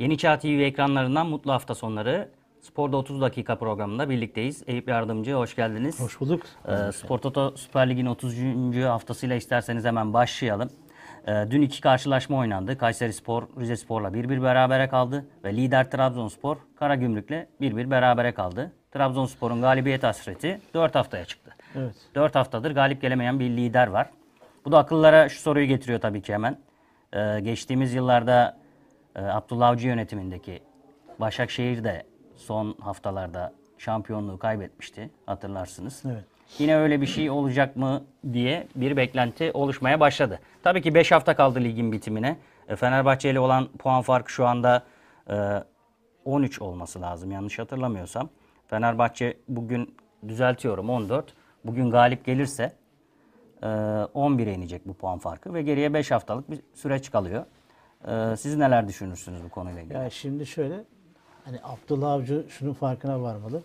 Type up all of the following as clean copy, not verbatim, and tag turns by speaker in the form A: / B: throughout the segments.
A: Yeni Çağ TV ekranlarından mutlu hafta sonları. Sporda 30 dakika programında birlikteyiz. Eyüp Yardımcı, hoş geldiniz.
B: Hoş bulduk.
A: Spor Toto Süper Lig'in 30. haftasıyla isterseniz hemen başlayalım. Dün iki karşılaşma oynandı. Kayserispor, Rizespor'la 1-1 berabere kaldı. Ve lider Trabzonspor, Karagümrük'le 1-1 berabere kaldı. Trabzonspor'un galibiyet hasreti 4 haftaya çıktı.
B: Evet.
A: 4 haftadır galip gelemeyen bir lider var. Bu da akıllara şu soruyu getiriyor tabii ki hemen. Geçtiğimiz yıllarda Abdullah Avcı yönetimindeki Başakşehir de son haftalarda şampiyonluğu kaybetmişti, hatırlarsınız.
B: Evet.
A: Yine öyle bir şey olacak mı diye bir beklenti oluşmaya başladı. Tabii ki 5 hafta kaldı ligin bitimine. Fenerbahçe ile olan puan farkı şu anda 13 olması lazım yanlış hatırlamıyorsam. Fenerbahçe bugün, düzeltiyorum, 14. Bugün galip gelirse 11'e inecek bu puan farkı ve geriye 5 haftalık bir süreç kalıyor. Siz neler düşünürsünüz bu konuyla ilgili?
B: Ya şimdi şöyle, hani Abdullah Avcı şunun farkına varmalı.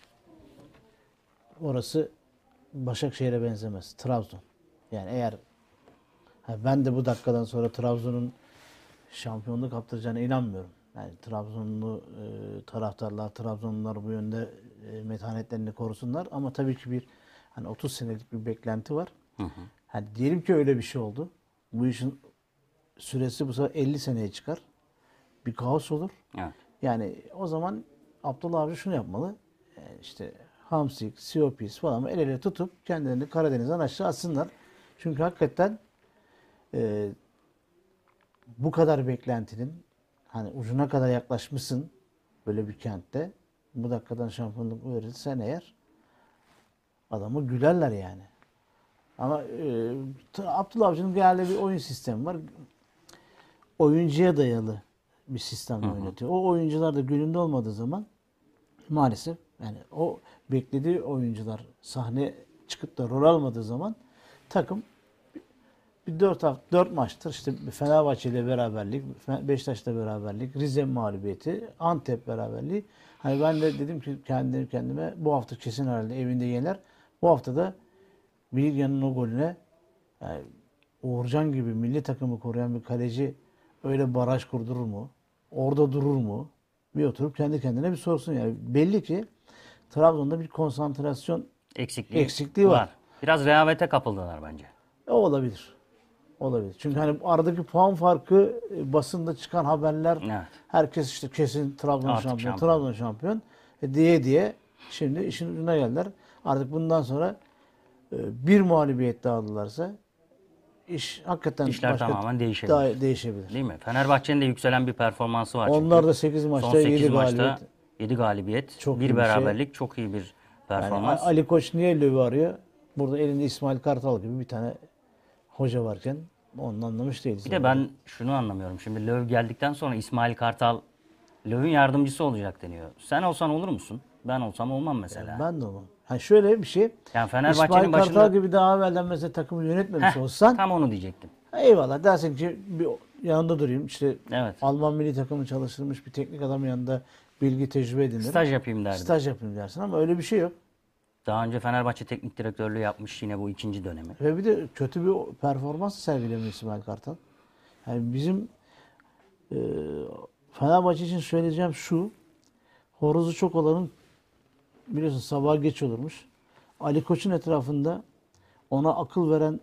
B: Orası Başakşehir'e benzemez. Trabzon. Yani eğer ben de bu dakikadan sonra Trabzon'un şampiyonluk kaptıracağına inanmıyorum. Yani Trabzonlu taraftarlar, Trabzonlular bu yönde metanetlerini korusunlar. Ama tabii ki bir 30 senelik bir beklenti var. Hani diyelim ki öyle bir şey oldu. Bu işin süresi bu sefer 50 seneye çıkar. Bir kaos olur.
A: Evet.
B: Yani o zaman Abdullah Avcı şunu yapmalı. İşte Hamsik, Siopis falan el ele tutup kendilerini Karadeniz'den aşağı atsınlar. Çünkü hakikaten bu kadar beklentinin ucuna kadar yaklaşmışsın böyle bir kentte. Bu dakikadan şampiyonluk verirsen eğer adamı gülerler yani. Ama Abdullah Avcı'nın genelde bir oyun sistemi var. Oyuncuya dayalı bir sistemle oynatıyor. O oyuncular da gününde olmadığı zaman maalesef yani o beklediği oyuncular sahne çıkıp da rol almadığı zaman takım bir 4 maçtır işte Fenerbahçe ile beraberlik, Beşiktaş'la beraberlik, Rize mağlubiyeti, Antep beraberliği. Ben de dedim ki kendime bu hafta kesin herhalde evinde yener. Bu hafta da Bilgehan'ın o golüne Uğurcan gibi milli takımı koruyan bir kaleci öyle baraj kurdurur mu? Orada durur mu? Bir oturup kendi kendine bir sorsun. Yani belli ki Trabzon'da bir konsantrasyon eksikliği var.
A: Biraz rehavete kapıldılar bence.
B: O olabilir. Olabilir. Çünkü aradaki puan farkı basında çıkan haberler herkes işte kesin Trabzon
A: Artık
B: şampiyon, Trabzon şampiyon diye şimdi işin ucuna geldiler. Artık bundan sonra bir mağlubiyet daha aldılarsa hakikaten
A: İşler tamamen değişebilir.
B: Değişebilir.
A: Değil mi? Fenerbahçe'nin de yükselen bir performansı var.
B: Onlar da 8 maçta
A: son 8
B: 7
A: maçta
B: galibiyet.
A: 7 galibiyet,
B: Çok
A: bir
B: iyi bir
A: beraberlik,
B: şey.
A: çok iyi bir performans.
B: Yani Ali Koç niye Löw'ü arıyor? Burada elinde İsmail Kartal gibi bir tane hoca varken onu anlamış değiliz.
A: Bir de ben şunu anlamıyorum. Şimdi Löw geldikten sonra İsmail Kartal Löw'ün yardımcısı olacak deniyor. Sen olsan olur musun? Ben olsam olmam mesela.
B: Yani ben de olmam. Şöyle bir şey.
A: Yani Fenerbahçe'nin
B: İsmail
A: başında
B: Kartal gibi daha evvelden mesela takımı yönetmemiş olsan
A: tam onu diyecektim.
B: Eyvallah dersin ki bir yanında durayım. İşte
A: Evet.
B: Alman milli takımı çalıştırmış bir teknik adamın yanında bilgi tecrübe edinirim.
A: Staj yapayım derdim.
B: Staj yapayım dersin ama öyle bir şey yok.
A: Daha önce Fenerbahçe teknik direktörlüğü yapmış, yine bu ikinci dönemi.
B: Ve bir de kötü bir performans sergilemiyor İsmail Kartal. Yani bizim Fenerbahçe için söyleyeceğim şu. Horozu çok olanın biliyorsun sabah geç olurmuş. Ali Koç'un etrafında ona akıl veren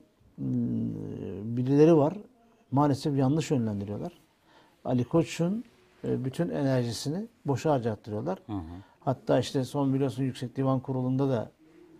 B: birileri var. Maalesef yanlış yönlendiriyorlar. Ali Koç'un bütün enerjisini boşa harcattırıyorlar. Hatta işte son biliyorsun Yüksek Divan Kurulu'nda da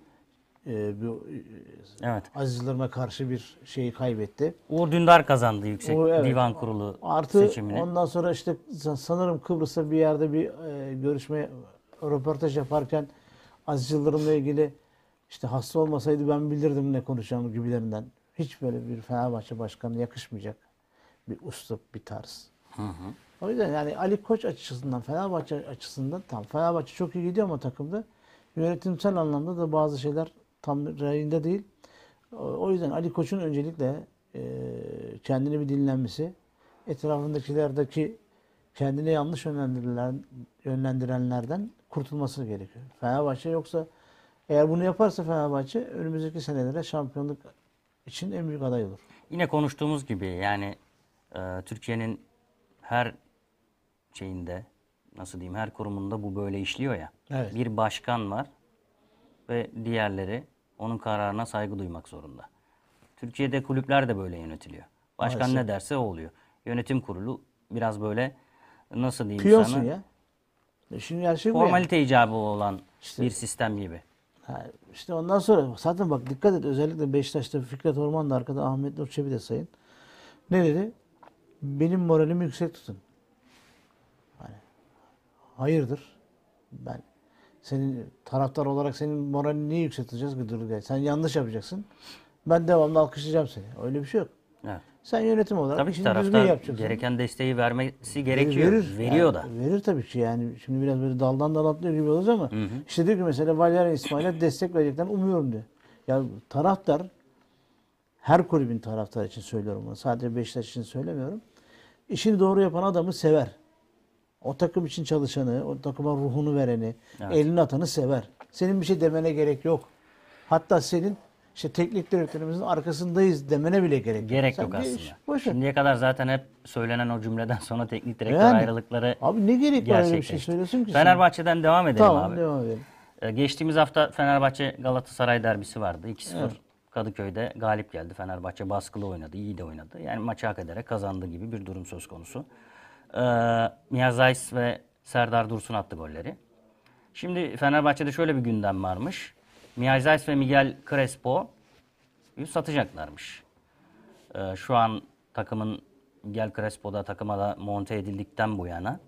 B: Aziz Yıldırım'a karşı bir şeyi kaybetti.
A: Uğur Dündar kazandı Yüksek Divan Kurulu seçimini.
B: Ondan sonra işte sanırım Kıbrıs'ta bir yerde bir görüşme, röportaj yaparken Aziz Yıldırım'la ilgili işte hasta olmasaydı ben bilirdim ne konuşacağımı gibilerinden. Hiç böyle bir Fenerbahçe başkanına yakışmayacak bir üslup, bir tarz. O yüzden yani Ali Koç açısından, Fenerbahçe açısından Fenerbahçe çok iyi gidiyor ama takımda yönetimsel anlamda da bazı şeyler tam rayında değil. O yüzden Ali Koç'un öncelikle kendini bir dinlenmesi, etrafındakilerdeki kendini yanlış yönlendirenlerden kurtulması gerekiyor. Fenerbahçe yoksa eğer bunu yaparsa Fenerbahçe önümüzdeki senelere şampiyonluk için en büyük aday olur.
A: Yine konuştuğumuz gibi yani Türkiye'nin her şeyinde, nasıl diyeyim, her kurumunda bu böyle işliyor ya.
B: Evet.
A: Bir başkan var ve diğerleri onun kararına saygı duymak zorunda. Türkiye'de kulüpler de böyle yönetiliyor. Başkan
B: Maalesef.
A: ne derse o oluyor. Yönetim kurulu biraz böyle, nasıl diyeyim
B: Piyonsun
A: sana,
B: ya. Şimdi gerçek bu yani.
A: formalite icabı olan
B: İşte-
A: bir sistem gibi.
B: Ha, işte ondan sonra zaten bak dikkat et, özellikle Beşiktaş'ta Fikret Orman da arkada, Ahmet Nur Çebi de sayın. Ne dedi? Benim moralimi yüksek tutun. Hani hayırdır? Ben senin taraftar olarak senin moralini niye yüksek tutacağız ki durduk yere? Sen yanlış yapacaksın. Ben devamlı alkışlayacağım seni. Öyle bir şey yok.
A: Evet.
B: Sen yönetim olarak
A: Tabii ki
B: işini düzgün
A: taraftar
B: yapacaksın.
A: gereken desteği vermesi gerekiyor.
B: Yani
A: Veriyor da.
B: verir tabii ki yani. Şimdi biraz böyle daldan dala atlıyor gibi olacak ama işte diyor ki mesela Valerian İsmail'e destek vereceklerini umuyorum diyor. Ya taraftar, her kulübün taraftarı için söylüyorum bunu. Sadece Beşiktaş için söylemiyorum. İşini doğru yapan adamı sever. O takım için çalışanı, o takıma ruhunu vereni, elini atanı sever. Senin bir şey demene gerek yok. Hatta senin işte teknik direktörümüzün arkasındayız demene bile gerek yok.
A: Gerek
B: Sen
A: yok
B: bir
A: aslında.
B: iş, boş ver.
A: Şimdiye kadar zaten hep söylenen o cümleden sonra teknik direktör
B: Yani,
A: ayrılıkları
B: abi ne gerek var öyle bir şey
A: gerçekleşti.
B: söylüyorsun ki sen?
A: Fenerbahçe'den devam edelim
B: Tamam,
A: abi.
B: devam edelim.
A: Geçtiğimiz hafta Fenerbahçe Galatasaray derbisi vardı. 2-0 Kadıköy'de galip geldi. Fenerbahçe baskılı oynadı, iyi de oynadı. Yani maçı hak ederek kazandığı gibi bir durum söz konusu. Mia Zeiss ve Serdar Dursun attı golleri. Şimdi Fenerbahçe'de şöyle bir gündem varmış. Mia Zeiss ve Miguel Crespo'yu satacaklarmış. Şu an takımın, Miguel Crespo'da takıma da monte edildikten bu yana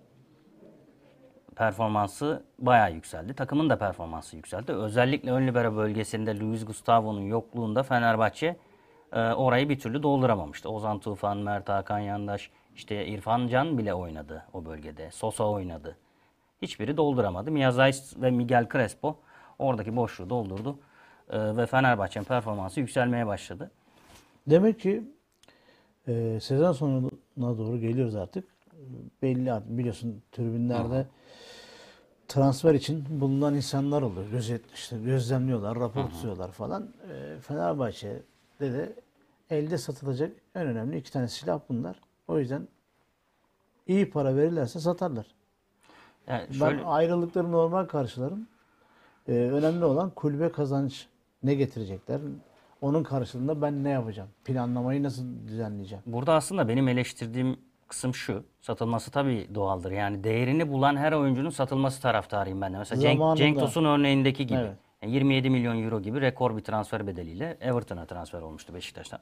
A: performansı bayağı yükseldi. Takımın da performansı yükseldi. Özellikle ön libero bölgesinde Luis Gustavo'nun yokluğunda Fenerbahçe orayı bir türlü dolduramamıştı. Ozan Tufan, Mert Hakan Yandaş, işte İrfan Can bile oynadı o bölgede. Sosa oynadı. Hiçbiri dolduramadı. Mia Zeiss ve Miguel Crespo oradaki boşluğu doldurdu. Ve Fenerbahçe'nin performansı yükselmeye başladı.
B: Demek ki sezon sonuna doğru geliyoruz artık. Belli artık, biliyorsun tribünlerde transfer için bulunan insanlar oluyor. İşte gözlemliyorlar, rapor tutuyorlar falan. Fenerbahçe'de de elde satılacak en önemli iki tane silah bunlar. O yüzden iyi para verirlerse satarlar.
A: Yani şöyle,
B: Ben ayrılıkları normal karşılarım. Önemli olan kulübe kazanç ne getirecekler. Onun karşılığında ben ne yapacağım? Planlamayı nasıl düzenleyeceğim?
A: burada aslında benim eleştirdiğim kısım şu. Satılması tabii doğaldır. Yani değerini bulan her oyuncunun satılması taraftarıyım ben de. Mesela
B: Zamanında.
A: Cenk Tosun örneğindeki gibi.
B: Evet.
A: Yani 27 milyon euro gibi rekor bir transfer bedeliyle Everton'a transfer olmuştu Beşiktaş'tan.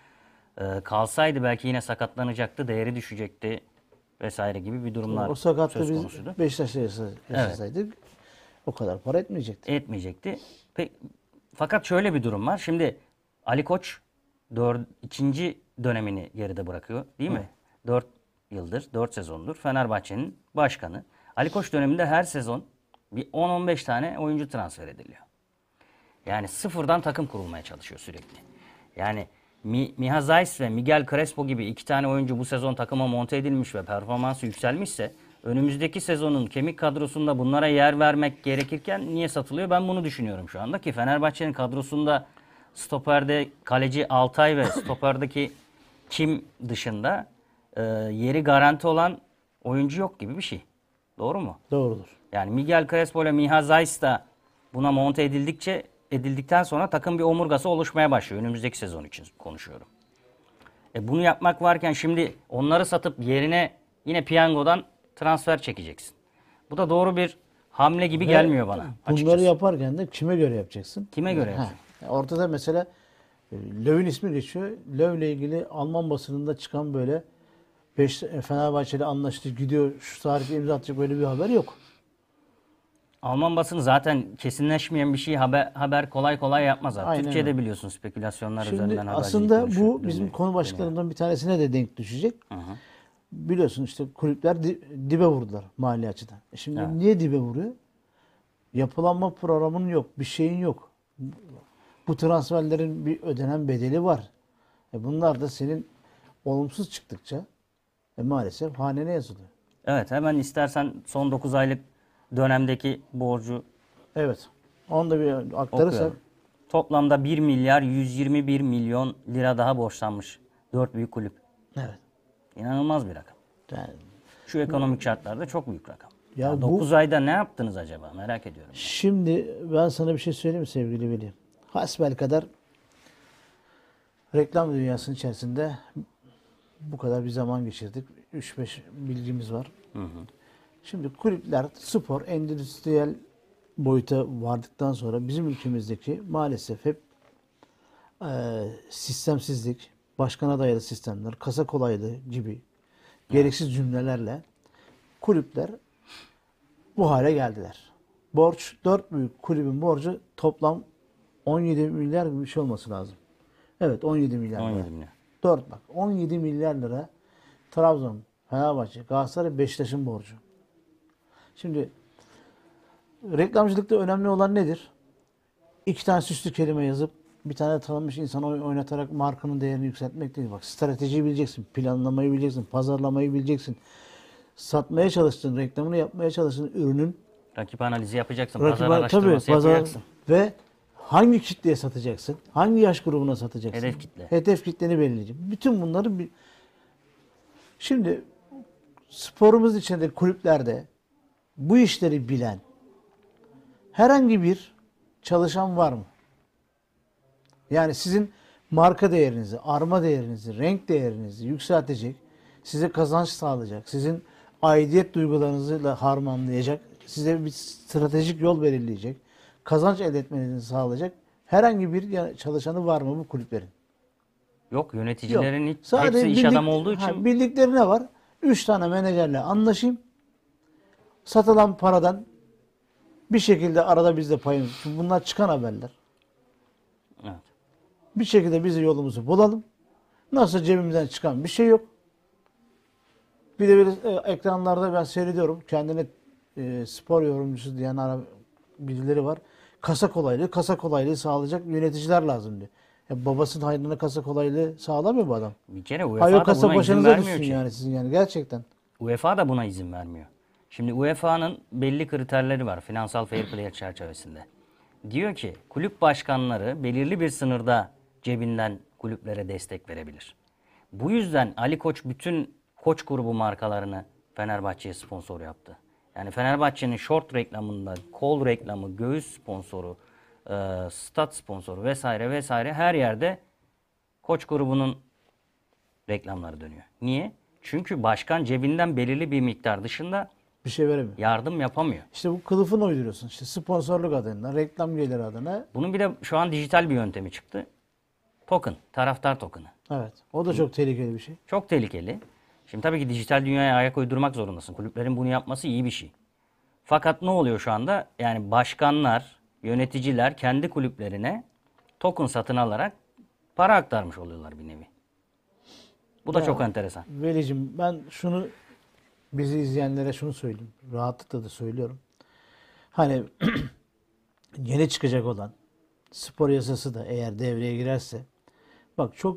A: Kalsaydı belki yine sakatlanacaktı, değeri düşecekti vesaire gibi bir durumlar
B: O sakatlığı
A: söz
B: biz
A: konusuydu.
B: Beşiktaş'ta yaşasaydık o kadar para etmeyecekti.
A: Etmeyecekti. Fakat şöyle bir durum var. Şimdi Ali Koç ikinci dönemini geride bırakıyor değil mi? 4 yıldır, 4 sezondur Fenerbahçe'nin başkanı. Ali Koç döneminde her sezon bir 10-15 tane oyuncu transfer ediliyor. Yani sıfırdan takım kurulmaya çalışıyor sürekli. Yani Miha Zeiss ve Miguel Crespo gibi iki tane oyuncu bu sezon takıma monte edilmiş ve performansı yükselmişse önümüzdeki sezonun kemik kadrosunda bunlara yer vermek gerekirken niye satılıyor? Ben bunu düşünüyorum şu anda ki Fenerbahçe'nin kadrosunda stoperde kaleci Altay ve stoperdeki Kim dışında yeri garanti olan oyuncu yok gibi bir şey. Doğru mu?
B: Doğrudur.
A: Yani Miguel Crespo ile Miha Zeiss da buna monte edildikten sonra takım bir omurgası oluşmaya başlıyor. Önümüzdeki sezon için konuşuyorum. Bunu yapmak varken şimdi onları satıp yerine yine piyangodan transfer çekeceksin. Bu da doğru bir hamle gibi gelmiyor bana açıkçası.
B: Bunları yaparken de kime göre yapacaksın?
A: Kime göre
B: Ha,
A: yapacaksın?
B: ortada mesela Löw'ün ismi geçiyor. Löw'le ilgili Alman basınında çıkan böyle Fenerbahçe'yle anlaştı, gidiyor şu tarihte imza atacak, böyle bir haber yok.
A: Alman basını zaten kesinleşmeyen bir şeyi haber kolay kolay yapmaz abi.
B: Aynen
A: Türkiye'de
B: öyle.
A: biliyorsun spekülasyonlar
B: Şimdi
A: üzerinden habercilik
B: aslında
A: konuşuyor,
B: bu bizim
A: dönüyor.
B: konu başlıklarından bir tanesine de denk düşecek. Biliyorsun işte kulüpler dibe vurdular mali açıdan. Şimdi
A: Evet.
B: niye dibe vuruyor? Yapılanma programının yok, bir şeyin yok. Bu transferlerin bir ödenen bedeli var. Bunlar da senin olumsuz çıktıkça maalesef hanene yazılıyor.
A: Evet, hemen istersen son 9 aylık dönemdeki borcu
B: Evet. Onu da bir aktarırsak.
A: okuyalım. Toplamda 1 milyar 121 milyon lira daha borçlanmış 4 büyük kulüp.
B: Evet.
A: İnanılmaz bir rakam.
B: Yani
A: Şu ekonomik şartlarda çok büyük rakam.
B: Ya
A: Ya
B: bu-
A: 9 ayda ne yaptınız acaba? Merak ediyorum.
B: Şimdi ben sana bir şey söyleyeyim mi sevgili Veli? Hasbelkader reklam dünyasının içerisinde bu kadar bir zaman geçirdik. 3-5 bilgimiz var. Şimdi kulüpler, spor, endüstriyel boyuta vardıktan sonra bizim ülkemizdeki maalesef hep sistemsizlik, başkana dayalı sistemler, kasa kolaylığı gibi gereksiz cümlelerle kulüpler bu hale geldiler. Borç, 4 büyük kulübün borcu toplam 17 milyar gibi bir şey olması lazım. Evet 17 milyar lira.
A: 17 milyon.
B: 4 bak 17 milyar lira Trabzon, Fenerbahçe, Galatasaray, Beşiktaş'ın borcu. Şimdi reklamcılıkta önemli olan nedir? 2 tane süslü kelime yazıp bir tane tanınmış insanı oynatarak markanın değerini yükseltmek değil. Bak stratejiyi bileceksin, planlamayı bileceksin, pazarlamayı bileceksin. Satmaya çalıştığın, reklamını yapmaya çalıştığın ürünün
A: Rakip analizi yapacaksın.
B: rakibe-
A: Pazar araştırması yapacaksın.
B: ve hangi kitleye satacaksın? Hangi yaş grubuna satacaksın?
A: Hedef kitle.
B: Hedef kitleni belirleyeceksin. Bütün bunları şimdi sporumuz içinde kulüplerde bu işleri bilen herhangi bir çalışan var mı? Yani sizin marka değerinizi, arma değerinizi, renk değerinizi yükseltecek, size kazanç sağlayacak, sizin aidiyet duygularınızla harmanlayacak, size bir stratejik yol belirleyecek, kazanç elde etmenizi sağlayacak herhangi bir çalışanı var mı bu kulüplerin?
A: Yok, yöneticilerin
B: Yok.
A: hepsi iş
B: bildik-
A: adamı olduğu için
B: bildikleri ne var? 3 tane menajerle anlaşayım. Satılan paradan bir şekilde arada biz de payımız. Çünkü bunlar çıkan haberler.
A: evet.
B: Bir şekilde biz de yolumuzu bulalım. Nasıl cebimizden çıkan bir şey yok. Bir de böyle ekranlarda ben seyrediyorum. Kendine spor yorumcusu diyen birileri var. Kasa kolaylığı sağlayacak yöneticiler lazım diyor. Babasının hayrına kasa kolaylığı sağlamıyor bu adam.
A: Bir kere
B: Hayır
A: UEFA da
B: kasa
A: buna izin
B: başınıza
A: vermiyor
B: düşsün
A: ki.
B: yani sizin yani gerçekten.
A: UEFA da buna izin vermiyor. Şimdi UEFA'nın belli kriterleri var finansal fair play çerçevesinde. Diyor ki kulüp başkanları belirli bir sınırda cebinden kulüplere destek verebilir. Bu yüzden Ali Koç bütün Koç grubu markalarını Fenerbahçe'ye sponsor yaptı. Yani Fenerbahçe'nin short reklamında kol reklamı, göğüs sponsoru, stat sponsoru vesaire vesaire her yerde Koç grubunun reklamları dönüyor. Niye? Çünkü başkan cebinden belirli bir miktar dışında
B: Bir şey veremiyor.
A: yardım yapamıyor.
B: İşte bu kılıfını uyduruyorsun. İşte sponsorluk adına, reklam geliri adına.
A: Bunun bir de şu an dijital bir yöntemi çıktı. Token, taraftar token'ı.
B: Evet. O da çok tehlikeli bir şey.
A: Çok tehlikeli. Şimdi tabii ki dijital dünyaya ayak uydurmak zorundasın. Kulüplerin bunu yapması iyi bir şey. Fakat ne oluyor şu anda? Yani başkanlar, yöneticiler kendi kulüplerine token satın alarak para aktarmış oluyorlar bir nevi. Bu da
B: Ya,
A: çok enteresan.
B: Velicim ben şunu bizi izleyenlere şunu söyleyeyim. Rahatlıkla da söylüyorum. Hani yeni çıkacak olan spor yasası da eğer devreye girerse bak çok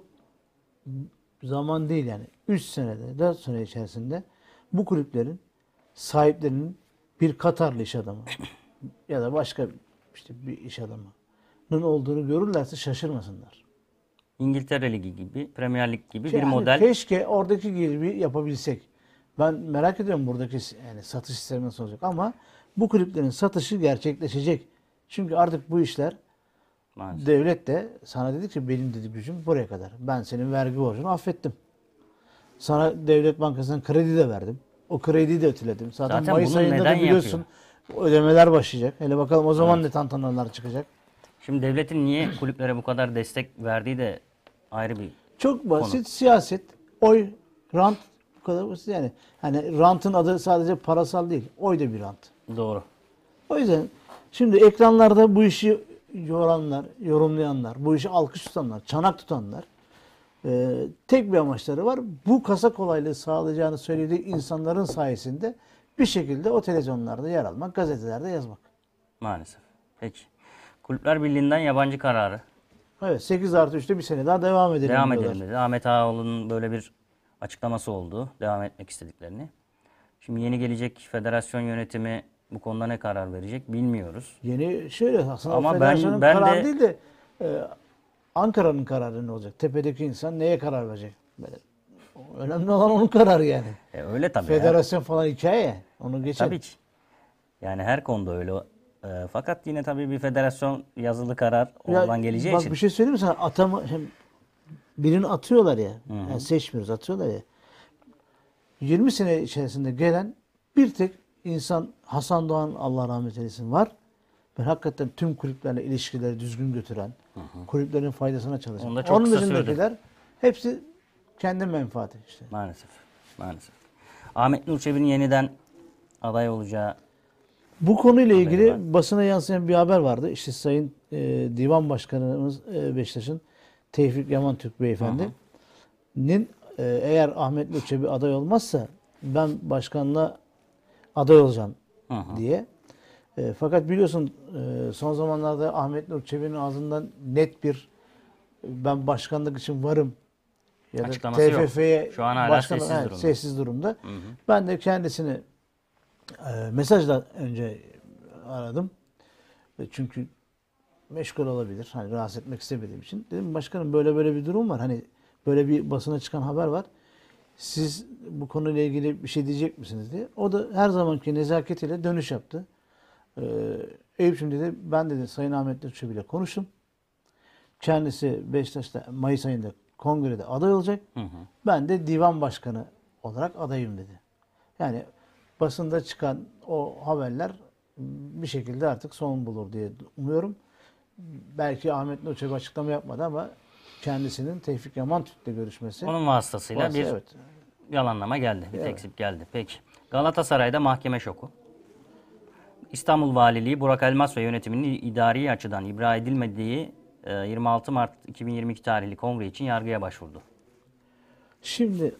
B: zaman değil yani 3 senede 4 sene içerisinde bu kulüplerin sahiplerinin bir Katarlı iş adamı ya da başka işte bir iş adamının olduğunu görürlerse şaşırmasınlar.
A: İngiltere Ligi gibi, Premier Lig gibi bir
B: Yani
A: model.
B: keşke oradaki gibi yapabilsek. Ben merak ediyorum buradaki yani satış sistemi nasıl olacak ama bu kulüplerin satışı gerçekleşecek. Çünkü artık bu işler
A: Maalesef.
B: devlet de sana dedi ki benim dedi gücüm buraya kadar. Ben senin vergi borcunu affettim. Sana Devlet Bankası'ndan kredi de verdim. O krediyi de öteledim. Zaten
A: Zaten
B: Mayıs
A: bunu
B: ayında da
A: neden
B: biliyorsun ödemeler başlayacak. Hele bakalım o zaman ne tantanalar çıkacak.
A: Şimdi devletin niye kulüplere bu kadar destek verdiği de ayrı bir
B: Çok basit siyaset, oy, rant bu kadar basit yani. Hani rantın adı sadece parasal değil. Oy da bir rant.
A: doğru.
B: O yüzden şimdi ekranlarda bu işi yoranlar, yorumlayanlar, bu işi alkış tutanlar, çanak tutanlar tek bir amaçları var. Bu kasa kolaylığı sağlayacağını söylediği insanların sayesinde bir şekilde o televizyonlarda yer almak, gazetelerde yazmak.
A: Maalesef. Peki. Kulüpler Birliği'nden yabancı kararı.
B: Evet 8+3'te bir sene daha devam edelim
A: Devam
B: diyorlar.
A: edelim dedi. Ahmet Ağaoğlu'nun böyle bir açıklaması oldu. Devam etmek istediklerini. Şimdi yeni gelecek federasyon yönetimi bu konuda ne karar verecek bilmiyoruz.
B: Yeni şöyle aslında
A: Ama
B: o federasyonun
A: ben
B: kararı
A: de-
B: değil de Ankara'nın kararı ne olacak? Tepedeki insan neye karar verecek? Böyle Önemli olan onun kararı yani.
A: Öyle tabii.
B: Federasyon falan hikaye. Onu geçelim.
A: Tabii ki. Yani her konuda öyle. Fakat yine tabii bir federasyon yazılı karar oradan geleceği
B: bak
A: için.
B: bir şey söyleyeyim mi sana? Birini atıyorlar ya. Yani seçmiyoruz, atıyorlar ya. 20 sene içerisinde gelen bir tek insan, Hasan Doğan, Allah rahmet eylesin, var. Ben hakikaten tüm kulüplerle ilişkileri düzgün götüren, kulüplerin faydasına çalışan.
A: Onu da çok
B: Onun
A: kısa
B: dışındakiler hepsi kendi menfaati işte.
A: Maalesef. Maalesef. Ahmet Nur Çebi'nin yeniden aday olacağı
B: Bu konuyla
A: var.
B: ilgili basına yansıyan bir haber vardı. İşte Sayın Divan Başkanımız Beşiktaş'ın Tevfik Yaman Türk Beyefendi'nin eğer Ahmet Nur Çebi aday olmazsa ben başkanlığa aday olacağım diye. Fakat biliyorsun son zamanlarda Ahmet Nur Çebi'nin ağzından net bir ben başkanlık için varım ya da
A: Açıklaması yok.
B: TFF'ye
A: Şu an hala
B: başkan,
A: sessiz durumda.
B: sessiz durumda. Ben de kendisini mesajla önce aradım. Çünkü meşgul olabilir. Hani rahatsız etmek istemediğim için. Dedim başkanım böyle böyle bir durum var. Hani böyle bir basına çıkan haber var. Siz bu konuyla ilgili bir şey diyecek misiniz diye. O da her zamanki nezaketiyle dönüş yaptı. Eyüp'cüğüm dedi, ben dedi Sayın Ahmet Nur Çebi ile konuştum. Kendisi Beşiktaş'ta Mayıs ayında kongrede aday olacak. Ben de divan başkanı olarak adayım dedi. Yani basında çıkan o haberler bir şekilde artık son bulur diye umuyorum. Belki Ahmet Nur Çebi açıklama yapmadı ama kendisinin Tevfik Yaman Türk'le görüşmesi.
A: onun vasıtasıyla bir
B: Evet.
A: yalanlama geldi. Bir tekzip geldi. Peki. Galatasaray'da mahkeme şoku. İstanbul Valiliği Burak Elmas ve yönetiminin idari açıdan ibra edilmediği 26 Mart 2022 tarihli kongre için yargıya başvurdu.
B: Şimdi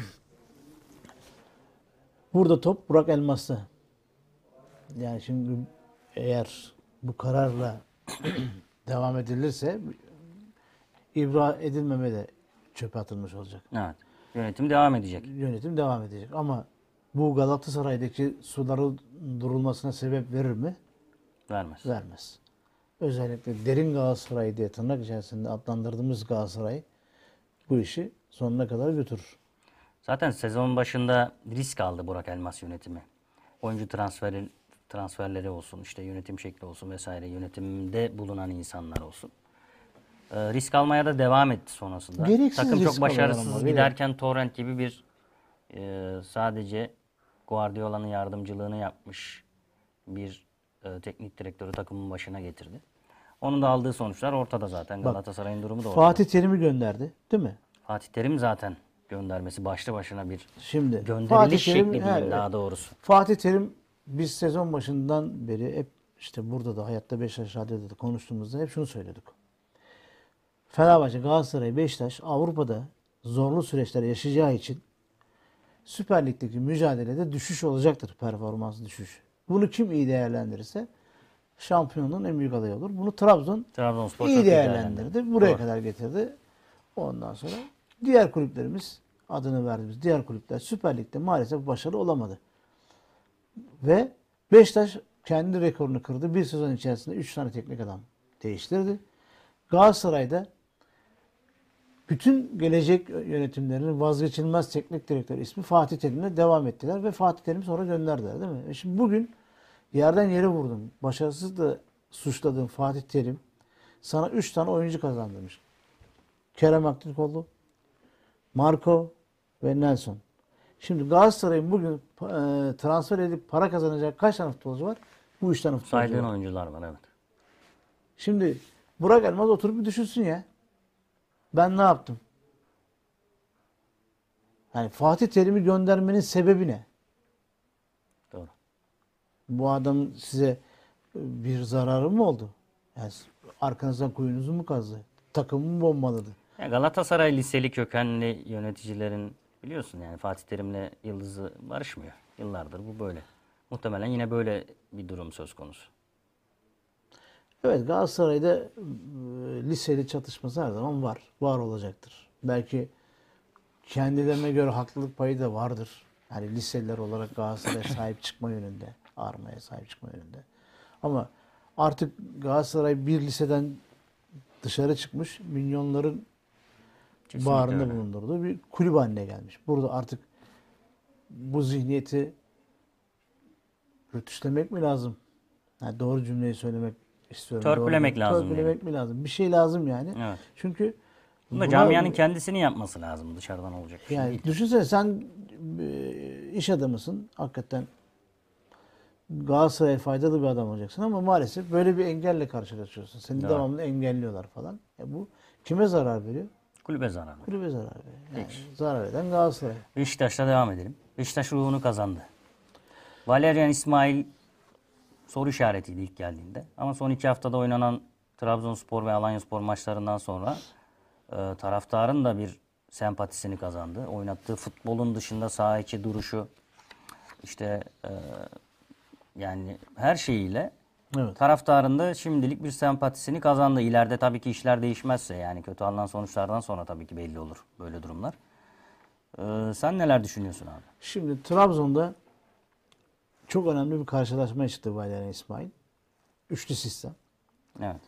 B: burada top Burak Elmas'ta. Yani şimdi eğer bu kararla devam edilirse ibra edilmeme de çöpe atılmış olacak.
A: Evet. Yönetim devam edecek.
B: Yönetim devam edecek ama bu Galatasaray'daki suların durulmasına sebep verir mi?
A: Vermez.
B: Vermez. Özellikle derin Galatasaray diye tırnak içerisinde adlandırdığımız Galatasaray bu işi sonuna kadar götürür.
A: Zaten sezon başında risk aldı Burak Elmas yönetimi. Oyuncu transferleri olsun, işte yönetim şekli olsun vesaire, yönetimde bulunan insanlar olsun. Risk almaya da devam etti sonrasında.
B: Gereksiz
A: Takım çok
B: risk alıyorlar
A: başarısız
B: ama,
A: giderken Torrent gibi bir sadece Guardiola'nın yardımcılığını yapmış bir teknik direktörü takımın başına getirdi. Onun da aldığı sonuçlar ortada zaten. Galatasaray'ın durumu da ortada.
B: Fatih Terim'i gönderdi, değil mi?
A: Fatih Terim zaten göndermesi başlı başına bir
B: Şimdi
A: gönderilir şekli diyeyim daha doğrusu.
B: Fatih Terim biz sezon başından beri hep işte burada da Hayatta Beşiktaş Radyo'da da konuştuğumuzda hep şunu söyledik. Fenerbahçe, Galatasaray, Beşiktaş Avrupa'da zorlu süreçler yaşayacağı için Süper Lig'deki mücadelede düşüş olacaktır, performans düşüş. Bunu kim iyi değerlendirirse şampiyonluğun en büyük adayı olur. Bunu
A: Trabzonspor
B: iyi
A: çok iyi
B: değerlendirdi. Buraya
A: Doğru.
B: kadar getirdi. Ondan sonra diğer kulüplerimiz, adını verdiğimiz diğer kulüpler Süper Lig'de maalesef başarılı olamadı. Ve Beşiktaş kendi rekorunu kırdı. Bir sezon içerisinde 3 tane teknik adam değiştirdi. Galatasaray'da bütün gelecek yönetimlerinin vazgeçilmez teknik direktör ismi Fatih Terim'le devam ettiler ve Fatih Terim'i sonra gönderdiler, değil mi? Şimdi bugün yerden yere vurdum. Başarısız da suçladığım Fatih Terim sana 3 tane oyuncu kazandırmış. Kerem Aktürkoğlu, Marco ve Nelson. Şimdi Galatasaray'ın bugün transfer edip para kazanacak kaç tane futbolcu var? Bu 3 tane futbolcu
A: Saydığın
B: var.
A: oyuncular var, evet.
B: Şimdi Burak Elmaz oturup bir düşünsün ya. Ben ne yaptım? Yani Fatih Terim'i göndermenin sebebi ne?
A: Doğru.
B: Bu adam size bir zararı mı oldu? Yani arkanızdan kuyunuzu mu kazdı? Takımı mı bombaladı?
A: Ya Galatasaray liseli kökenli yöneticilerin biliyorsun yani Fatih Terim'le Yıldız'ı barışmıyor. Yıllardır bu böyle. Muhtemelen yine böyle bir durum söz konusu.
B: Evet, Galatasaray'da liseli çatışması her zaman var. Var olacaktır. Belki kendilerine göre haklılık payı da vardır. Yani liseliler olarak Galatasaray'a sahip çıkma yönünde. Arma'ya sahip çıkma yönünde. Ama artık Galatasaray bir liseden dışarı çıkmış. Milyonların
A: Kesinlikle
B: bağrında
A: öyle.
B: bulundurduğu bir kulüp haline gelmiş. Burada artık bu zihniyeti rötuşlamak mi lazım? Yani doğru cümleyi söylemek istiyorum.
A: Törpülemek lazım
B: Törpülemek mi lazım? Bir şey lazım yani.
A: Evet.
B: Çünkü
A: Bunu da
B: buna,
A: camianın kendisini yapması lazım. Dışarıdan olacak bir şey
B: yani
A: değil.
B: düşünsene sen iş adamısın. Hakikaten Galatasaray'a faydalı bir adam olacaksın ama maalesef böyle bir engelle karşılaşıyorsun. Seni
A: Doğru.
B: devamlı engelliyorlar falan. Bu kime zarar veriyor?
A: Kulübe zararlı.
B: Kulübe zarar veriyor. Yani zarar eden Galatasaray.
A: Beşiktaş'la devam edelim. Beşiktaş ruhunu kazandı. Valerian İsmail soru işaretiydi ilk geldiğinde. Ama son 2 haftada oynanan Trabzonspor ve Alanyaspor maçlarından sonra taraftarın da bir sempatisini kazandı. Oynattığı futbolun dışında saha içi duruşu, işte yani her şeyiyle
B: Evet.
A: taraftarın da şimdilik bir sempatisini kazandı. İleride tabii ki işler değişmezse, yani kötü alınan sonuçlardan sonra tabii ki belli olur böyle durumlar. Sen neler düşünüyorsun abi?
B: Şimdi Trabzon'da çok önemli bir karşılaşma çıktı Valerian İsmail. Üçlü sistem.
A: Evet.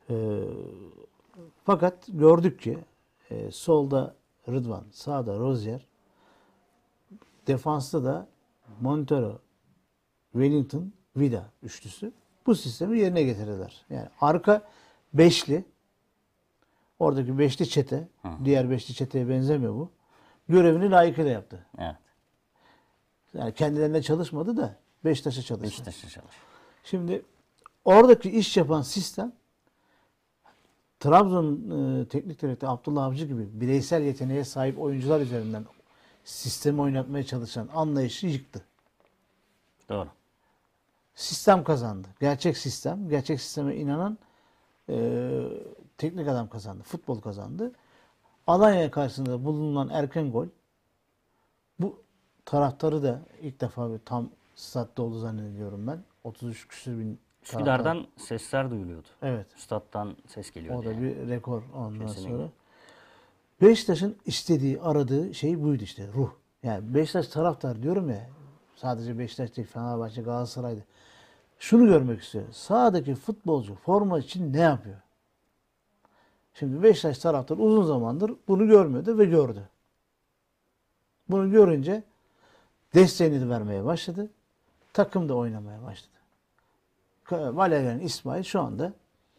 B: Fakat gördük ki solda Rıdvan, sağda Rozier, defansta da Montero, Wellington, Vida üçlüsü. Bu sistemi yerine getirdiler. Yani arka beşli, oradaki beşli çete, diğer beşli çeteye benzemiyor bu. Görevini layıkıyla yaptı.
A: Evet.
B: Yani kendilerine çalışmadı da Beşiktaş'a çalıştı.
A: Beşiktaş'ta çalış.
B: Şimdi oradaki iş yapan sistem Trabzon teknik direktörü Abdullah Avcı gibi bireysel yeteneğe sahip oyuncular üzerinden sistemi oynatmaya çalışan anlayışı yıktı.
A: Doğru.
B: Sistem kazandı. Gerçek sistem, gerçek sisteme inanan teknik adam kazandı. Futbol kazandı. Alanya karşısında bulunan erken gol bu taraftarı da ilk defa bir tam statta oldu zannediyorum ben. 33 küsur bin taraftar.
A: Üsküdar'dan sesler duyuluyordu.
B: Evet.
A: Stat'tan ses geliyordu.
B: O da
A: yani.
B: bir rekor ondan
A: Kesinlikle.
B: sonra. Beşiktaş'ın istediği, aradığı şey buydu işte, ruh. Yani Beşiktaş taraftar diyorum ya, sadece Beşiktaş değil, Fenerbahçe, Galatasaray'da. Şunu görmek istiyor. Sahadaki futbolcu forma için ne yapıyor? Şimdi Beşiktaş taraftar uzun zamandır bunu görmüyordu ve gördü. Bunu görünce desteğini de vermeye başladı. Takım da oynamaya başladı. Valerian İsmail şu anda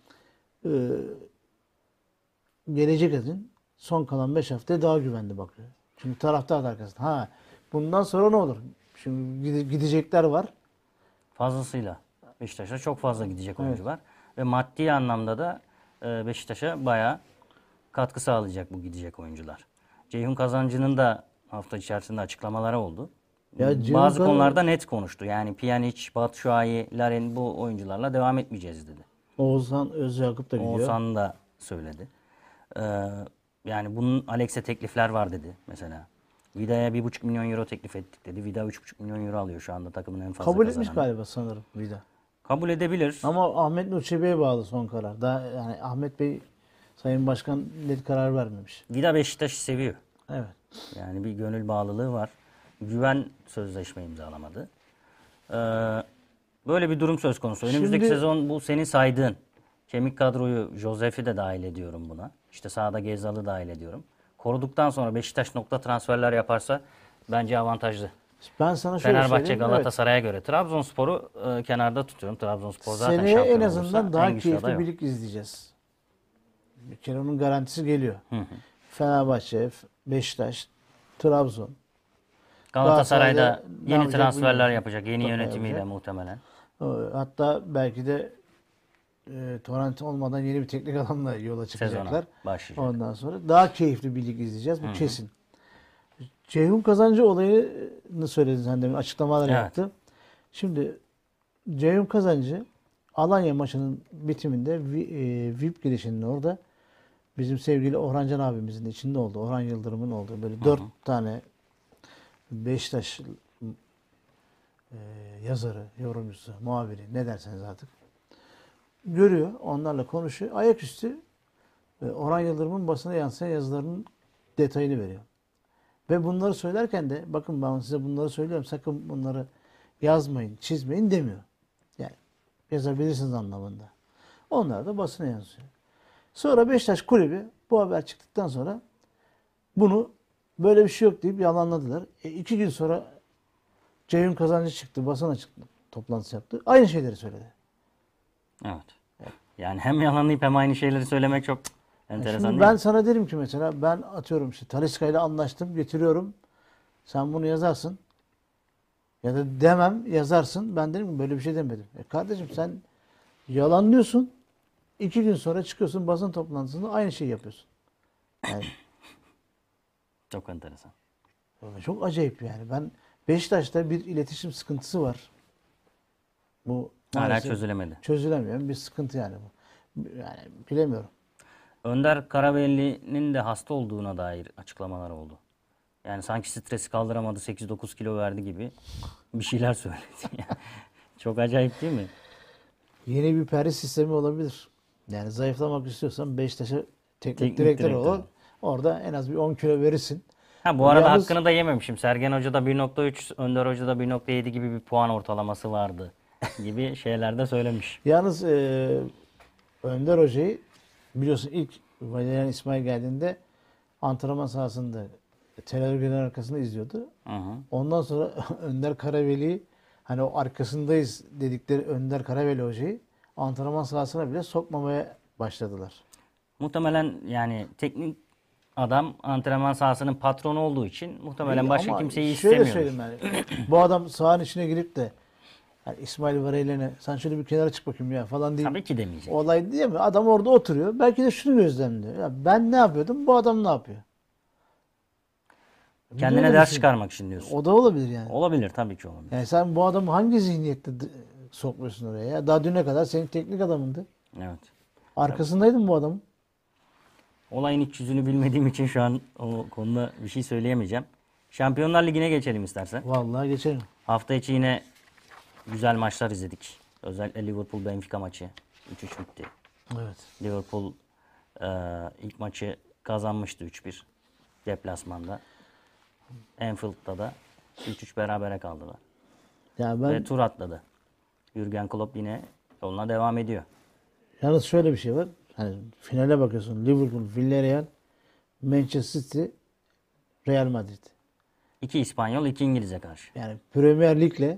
B: gelecek adın son kalan 5 haftaya daha güvenli bakıyor. Çünkü taraftar da arkasında. Bundan sonra ne olur? Şimdi gidecekler var.
A: Fazlasıyla. Beşiktaş'a çok fazla gidecek oyuncu var. Ve maddi anlamda da Beşiktaş'a bayağı katkı sağlayacak bu gidecek oyuncular. Ceyhun Kazancı'nın da hafta içerisinde açıklamaları oldu.
B: Ya Ceyhun
A: Bazı
B: Kazan-
A: konularda net konuştu. Yani Pjanic, Batshuayi, Larin bu oyuncularla devam etmeyeceğiz dedi.
B: Oğuzhan Özyakup da gidiyor.
A: Oğuzhan da söyledi. Yani bunun Alex'e teklifler var dedi mesela. Vida'ya 1,5 milyon euro teklif ettik dedi. Vida 3,5 milyon euro alıyor şu anda takımın en fazla
B: Kabul etmiş
A: kazananı.
B: galiba sanırım Vida.
A: Kabul edebilir.
B: Ama Ahmet Nur Çebi'ye bağlı son karar. Daha yani Ahmet Bey Sayın Başkan net karar vermemiş.
A: Vida Beşiktaş'ı seviyor.
B: Evet.
A: Yani bir gönül bağlılığı var. Güven sözleşme imzalamadı. Böyle bir durum söz konusu. Önümüzdeki
B: Şimdi-
A: sezon bu senin saydığın kemik kadroyu, Josef'i de dahil ediyorum buna. İşte sahada Gezal'ı dahil ediyorum. Koruduktan sonra Beşiktaş nokta transferler yaparsa bence avantajlı.
B: Ben sana şöyle
A: Fenerbahçe
B: söyleyeyim.
A: Galatasaray'a göre. Trabzonspor'u kenarda tutuyorum. Trabzonspor zaten
B: Seneye
A: şampiyon
B: en
A: olursa
B: azından
A: en
B: daha
A: güçlü
B: keyifli
A: aday o.
B: bir lig izleyeceğiz. Bir kere onun garantisi geliyor. Fenerbahçe, Beşiktaş, Trabzon.
A: Galatasaray'da
B: Galatasaray'da ne
A: yeni
B: yapacak
A: transferler
B: bilmiyorum.
A: yapacak. Yeni
B: Mutlaka
A: yönetimiyle
B: yapacak.
A: muhtemelen.
B: Hatta belki de Torrent olmadan yeni bir teknik adamla yola çıkacaklar.
A: Sezona başlayacak.
B: Ondan sonra daha keyifli bir lig izleyeceğiz. Bu kesin. Ceyhun Kazancı olayını söyledin sen demin. Açıklamalar
A: Evet.
B: yaptı. Şimdi Ceyhun Kazancı Alanya maçının bitiminde VIP girişinin orada bizim sevgili Orhancan abimizin de içinde oldu. Orhan Yıldırım'ın olduğu böyle 4 tane Beşiktaş yazarı, yorumcusu, muhabiri ne derseniz artık görüyor. Onlarla konuşuyor. Ayaküstü Orhan Yıldırım'ın basına yansıyan yazılarının detayını veriyor. Ve bunları söylerken de bakın ben size bunları söylüyorum. Sakın bunları yazmayın, çizmeyin demiyor. Yani yazabilirsiniz anlamında. Onlar da basına yansıyor. Sonra Beşiktaş Kulübü bu haber çıktıktan sonra Bunu böyle bir şey yok deyip yalanladılar. 2 gün sonra Ceyhun Kazancı çıktı, basın toplantısı yaptı. Aynı şeyleri söyledi.
A: Evet. Yani hem yalanlayıp hem aynı şeyleri söylemek çok enteresan
B: Şimdi
A: değil
B: ben
A: mi?
B: sana derim ki mesela ben atıyorum işte Talisca ile anlaştım, getiriyorum. Sen bunu yazarsın. Ya da demem, yazarsın. Ben derim ki böyle bir şey demedim. Kardeşim sen yalanlıyorsun. 2 gün sonra çıkıyorsun basın toplantısında aynı şeyi yapıyorsun. Yani
A: Çok enteresan.
B: çok acayip yani. Ben Beşiktaş'ta bir iletişim sıkıntısı var. Bu
A: Hala
B: maalesef
A: çözülemedi.
B: çözülemeyen bir sıkıntı yani bu. Yani bilemiyorum.
A: Önder Karaveli'nin de hasta olduğuna dair açıklamalar oldu. Yani sanki stresi kaldıramadı, 8-9 kilo verdi gibi bir şeyler söyledi. Yani çok acayip değil mi?
B: Yeni bir peri sistemi olabilir. Yani zayıflamak istiyorsan Beşiktaş'a teknik
A: Teknik
B: direktör
A: direktör.
B: ol. Orada en az bir 10 kilo verirsin.
A: Ha, bu arada
B: Yalnız
A: hakkını da yememişim. Sergen Hoca'da 1.3, Önder Hoca'da 1.7 gibi bir puan ortalaması vardı gibi şeyler de söylemiş.
B: yalnız Önder Hoca'yı biliyorsun ilk Valerian İsmail geldiğinde antrenman sahasında televizyonun arkasında izliyordu.
A: Hı hı.
B: Ondan sonra Önder Karaveli'yi hani o arkasındayız dedikleri Önder Karaveli Hoca'yı antrenman sahasına bile sokmamaya başladılar.
A: Muhtemelen yani teknik adam antrenman sahasının patronu olduğu için muhtemelen başka
B: Ama
A: kimseyi
B: şöyle
A: istemiyordur.
B: söyleyeyim yani. Bu adam sahanın içine girip de yani İsmail Vareylen'e sen şöyle bir kenara çık bakayım ya falan değil.
A: Tabii ki demeyecek.
B: Olay değil mi? Adam orada oturuyor. Belki de şunu gözlemliyor. Ya ben ne yapıyordum? Bu adam ne yapıyor? Bir de
A: Kendine
B: öyle
A: ders
B: düşün.
A: çıkarmak için diyorsun.
B: O da olabilir yani.
A: Olabilir, tabii ki olabilir.
B: Yani sen bu adamı hangi zihniyette sokmuyorsun oraya ya? Daha düne kadar senin teknik adamındı.
A: Evet.
B: Arkasındaydın bu adamın.
A: Olayın iç yüzünü bilmediğim için şu an o konuda bir şey söyleyemeyeceğim. Şampiyonlar Ligi'ne geçelim istersen.
B: Vallahi geçerim.
A: Hafta içi yine güzel maçlar izledik. Özellikle Liverpool-Benfica maçı 3-3 bitti.
B: Evet.
A: Liverpool ilk maçı kazanmıştı 3-1 deplasmanda. Anfield'da da 3-3 berabere kaldılar.
B: Ya ben
A: Ve tur atladı. Jürgen Klopp yine yoluna devam ediyor.
B: yalnız şöyle bir şey var. Hani finale bakıyorsun. Liverpool, Villarreal, Manchester City, Real Madrid.
A: 2 İspanyol, 2 İngiliz'e karşı.
B: Yani Premier Lig'le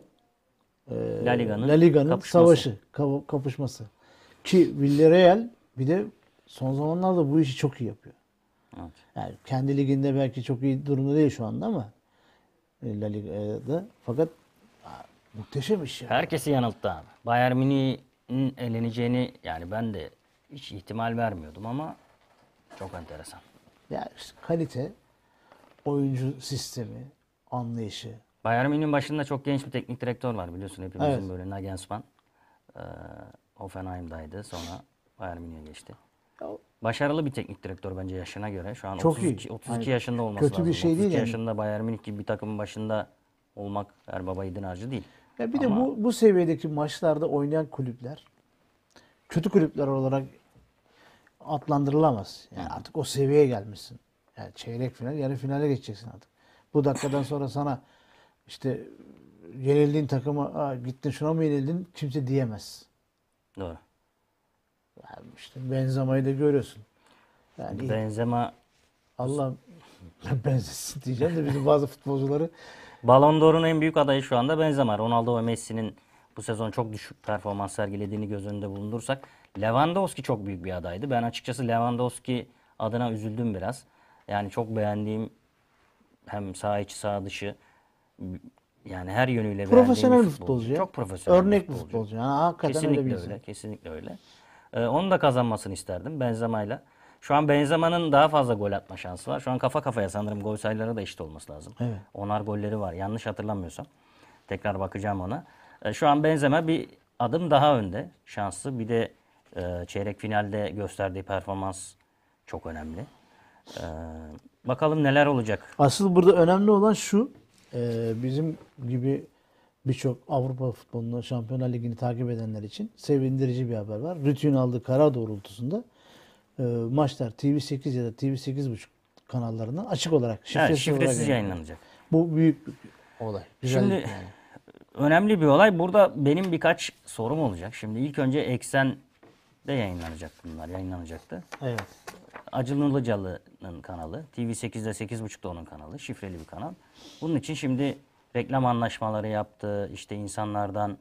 A: La Liga'nın
B: La Liga'nın
A: kapışması.
B: savaşı, kapışması. Ki Villarreal bir de son zamanlarda bu işi çok iyi yapıyor.
A: Evet.
B: Yani kendi liginde belki çok iyi durumda değil şu anda ama La Liga'da fakat muhteşem iş ya.
A: Herkesi yanılttı abi. Bayern Münih'in eleneceğini yani ben de hiç ihtimal vermiyordum ama çok enteresan.
B: Ya işte kalite, oyuncu sistemi, anlayışı.
A: Bayern Münih'in başında çok genç bir teknik direktör var biliyorsun hepimizin
B: Evet.
A: böyle Nagelsmann. Hoffenheim'daydı, sonra Bayern Münih'e geçti.
B: Ya,
A: Başarılı bir teknik direktör bence yaşına göre. Şu an
B: çok
A: 32,
B: iyi.
A: 32
B: Hani
A: yaşında olması
B: kötü
A: lazım.
B: bir şey değil
A: 32
B: yani.
A: yaşında Bayern Münih gibi bir takımın başında olmak her baba yiğidin harcı değil.
B: Ya bir de
A: Ama
B: bu seviyedeki maçlarda oynayan kulüpler kötü kulüpler olarak adlandırılamaz. Yani artık o seviyeye gelmişsin. Yani çeyrek final, yarı finale geçeceksin artık. Bu dakikadan sonra sana işte yenildiğin takıma gittin şuna mı yenildin kimse diyemez.
A: doğru.
B: Yani işte Benzema'yı da görüyorsun. Yani
A: Benzema
B: Allah benzesin diyeceğim de bizim bazı futbolcuları
A: Ballon d'Or'un en büyük adayı şu anda Benzema. Ronaldo ve Messi'nin bu sezon çok düşük performans sergilediğini göz önünde bulundursak Lewandowski çok büyük bir adaydı. Ben açıkçası Lewandowski adına üzüldüm biraz. Yani çok beğendiğim hem sağ içi sağ dışı yani her yönüyle
B: profesyonel
A: beğendiğim
B: bir
A: bir
B: futbolcu. Ya.
A: Çok profesyonel
B: Örnek
A: bir
B: bir
A: futbolcu.
B: futbolcu. Yani hakikaten öyle bir
A: Kesinlikle
B: insan.
A: öyle. Kesinlikle öyle. Onun da kazanmasını isterdim Benzema'yla. Şu an Benzema'nın daha fazla gol atma şansı var. Şu an kafa kafaya sanırım gol sayıları da eşit olması lazım.
B: Evet.
A: Onar golleri var. Yanlış hatırlamıyorsam. Tekrar bakacağım ona. Şu an Benzema bir adım daha önde. Şanslı. Bir de çeyrek finalde gösterdiği performans çok önemli. Bakalım neler olacak.
B: Asıl burada önemli olan şu, bizim gibi birçok Avrupa futbolunu, Şampiyonlar Ligi'ni takip edenler için sevindirici bir haber var. Rütü'nün aldığı karar doğrultusunda maçlar TV8 ya da TV8.5 kanallarından açık olarak,
A: Evet,
B: şifresiz,
A: şifresiz
B: olarak
A: yayınlanacak.
B: Bu büyük bir olay. Güzellik
A: Şimdi
B: yani.
A: önemli bir olay. Burada benim birkaç sorum olacak. Şimdi ilk önce Eksen de yayınlanacak bunlar. Yayınlanacaktı.
B: Evet.
A: Acun Ilıcalı'nın kanalı. TV8'de 8.30'da onun kanalı. Şifreli bir kanal. Bunun için şimdi reklam anlaşmaları yaptı. İşte insanlardan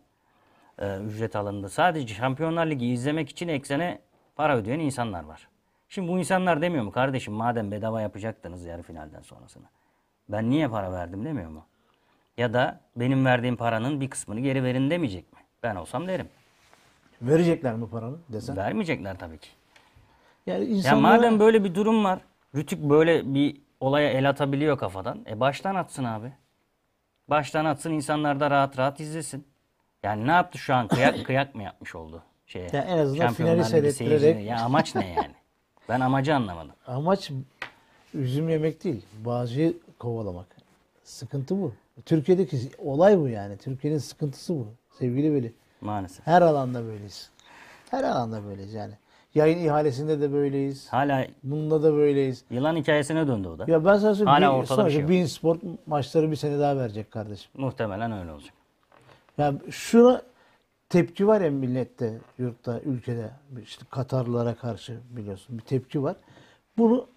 A: ücret alındı. Sadece Şampiyonlar Ligi izlemek için eksene para ödeyen insanlar var. Şimdi bu insanlar demiyor mu kardeşim madem bedava yapacaktınız yarı finalden sonrasını. Ben niye para verdim demiyor mu? Ya da benim verdiğim paranın bir kısmını geri verin demeyecek mi? Ben olsam derim.
B: Verecekler mi paranı desen?
A: Vermeyecekler tabii ki.
B: Yani
A: Ya
B: insanlara...
A: madem böyle bir durum var, Rütük böyle bir olaya el atabiliyor kafadan. Baştan atsın abi. Baştan atsın, insanlar da rahat rahat izlesin. Yani ne yaptı şu an? Kıyak mı yapmış oldu şeye?
B: Ya en azından
A: Şampiyonlar
B: finali
A: Ligi
B: seyrettirerek-
A: seyircine. Ya amaç ne yani? Ben amacı anlamadım.
B: Amaç üzüm yemek değil. Bağcıyı kovalamak. Sıkıntı bu. Türkiye'deki olay bu yani. Türkiye'nin sıkıntısı bu. Sevgili Veli.
A: Maalesef.
B: Her alanda böyleyiz. Her alanda böyleyiz yani. Yayın ihalesinde de böyleyiz.
A: Hala
B: Bunda da böyleyiz.
A: yılan hikayesine döndü o da.
B: Ya ben sana söyleyeyim.
A: Hala ortada bir şey yok.
B: Bein Sport maçları bir sene daha verecek kardeşim.
A: Muhtemelen öyle olacak.
B: Ya şuna tepki var ya millette, yurtta, ülkede. İşte Katarlılara karşı biliyorsun bir tepki var. Bunu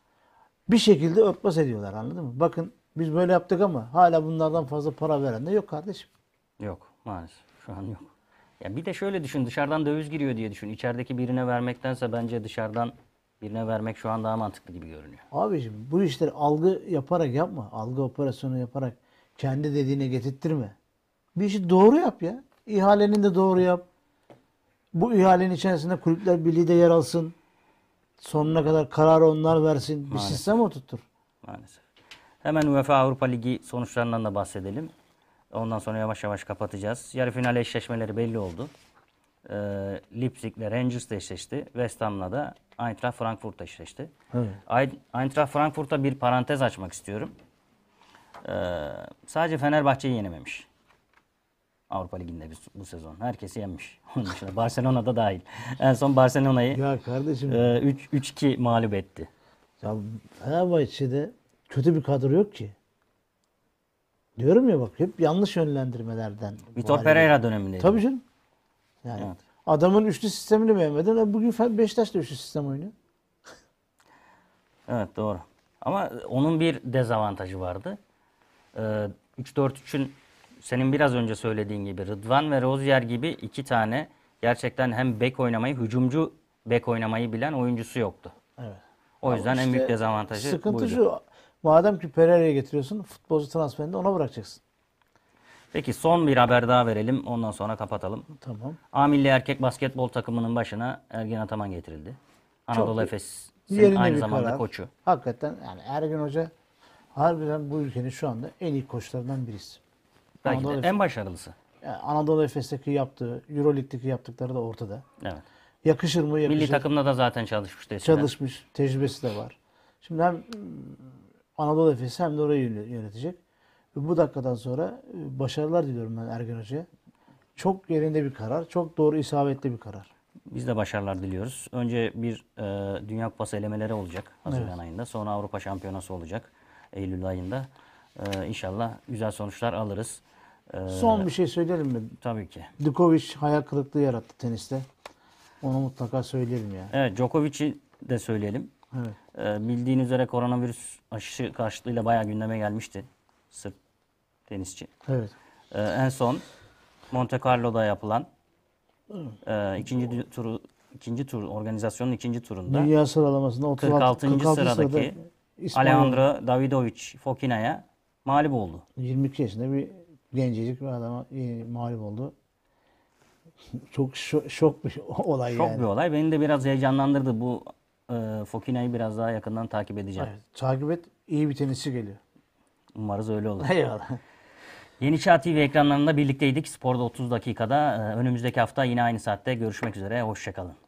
B: bir şekilde örtbas ediyorlar, anladın mı? Bakın biz böyle yaptık ama hala bunlardan fazla para veren de yok kardeşim.
A: Yok maalesef. Şu an yok. Ya bir de şöyle düşün. Dışarıdan döviz giriyor diye düşün. İçerideki birine vermektense bence dışarıdan birine vermek şu an daha mantıklı gibi görünüyor.
B: Abiciğim bu işleri algı yaparak yapma. Algı operasyonu yaparak kendi dediğine getirttirme. Bir işi doğru yap ya. İhaleni de doğru yap. Bu ihalenin içerisinde Kulüpler Birliği de yer alsın. Sonuna kadar kararı onlar versin. Bir
A: Maalesef.
B: sistem oturtur.
A: Maalesef. Hemen UEFA Avrupa Ligi sonuçlarından da bahsedelim. Ondan sonra yavaş yavaş kapatacağız. Yarı final eşleşmeleri belli oldu. Leipzig'le Rangers eşleşti. West Ham'la da Eintracht Frankfurt eşleşti.
B: Evet.
A: Eintracht Frankfurt'a bir parantez açmak istiyorum. Sadece Fenerbahçe'yi yenememiş. Avrupa Ligi'nde bu sezon. Herkesi yenmiş. Onun dışında Barcelona'da dahil. En son Barcelona'yı
B: Ya kardeşim
A: 3-2 mağlup etti.
B: ya Fenerbahçe'de kötü bir kadro yok ki. Diyorum ya bak hep yanlış yönlendirmelerden.
A: Vitor
B: var.
A: Pereira dönemindeydi.
B: Tabii canım. Yani
A: Evet.
B: adamın üçlü sistemini beğenmeden bugün Beşiktaş da üçlü sistem oynuyor.
A: Evet doğru. Ama onun bir dezavantajı vardı. 3-4-3'ün senin biraz önce söylediğin gibi Rıdvan ve Rozier gibi iki tane gerçekten hem bek oynamayı, hücumcu bek oynamayı bilen oyuncusu yoktu.
B: Evet.
A: O yüzden
B: Ama
A: en büyük
B: işte
A: dezavantajı
B: sıkıntı
A: buydu.
B: şu. Madem ki Pereira'ya getiriyorsun, futbolcu transferinde ona bırakacaksın.
A: Peki son bir haber daha verelim. Ondan sonra kapatalım.
B: Tamam.
A: A Milli Erkek Basketbol takımının başına Ergin Ataman getirildi. Anadolu Efes'in
B: Yerinde
A: aynı
B: bir
A: zamanda
B: karar.
A: koçu.
B: Hakikaten yani Ergin Hoca harbiden bu ülkenin şu anda en iyi koçlarından birisi.
A: Belki
B: Anadolu
A: de en başarılısı.
B: Yani Anadolu Efes'teki yaptığı, Euroleague'deki yaptıkları da ortada.
A: Evet.
B: Yakışır mı? Yakışır.
A: Milli takımda da zaten çalışmıştı eskiden.
B: Çalışmış, tecrübesi de var. Şimdi hem Anadolu Efes'i hem de orayı yönetecek. Ve bu dakikadan sonra başarılar diliyorum ben Ergin Hoca'ya. Çok yerinde bir karar, çok doğru isabetli bir karar.
A: Biz de başarılar diliyoruz. Önce bir Dünya Kupası elemeleri olacak Haziran ayında. Sonra Avrupa Şampiyonası olacak Eylül ayında. İnşallah güzel sonuçlar alırız.
B: Son bir şey söyleyelim mi?
A: Tabii ki.
B: Djokovic hayal kırıklığı yarattı teniste. Onu mutlaka söyleyelim ya.
A: Evet, Djokovic'i de söyleyelim.
B: Evet.
A: Bildiğin üzere koronavirüs aşısı karşıtlığıyla bayağı gündeme gelmişti. Sırp tenisçi.
B: Evet.
A: En son Monte Carlo'da yapılan ikinci tur organizasyonun ikinci turunda
B: Dünya sıralamasında
A: 46.
B: 46.
A: sıradaki
B: sırada İspanya,
A: Alejandro Davidovich Fokina'ya mağlup oldu.
B: 22 yaşında bir gencecik bir adama mağlup oldu. Çok şok bir olay
A: Çok
B: yani.
A: bir olay. Beni de biraz heyecanlandırdı. Bu Fokina'yı biraz daha yakından takip edeceğim.
B: Evet, takip et. İyi bir tenisçi geliyor.
A: Umarız öyle olur.
B: Eyvallah.
A: Yeni Çağ TV ekranlarında birlikteydik. Spor'da 30 dakikada. Önümüzdeki hafta yine aynı saatte görüşmek üzere. Hoşçakalın.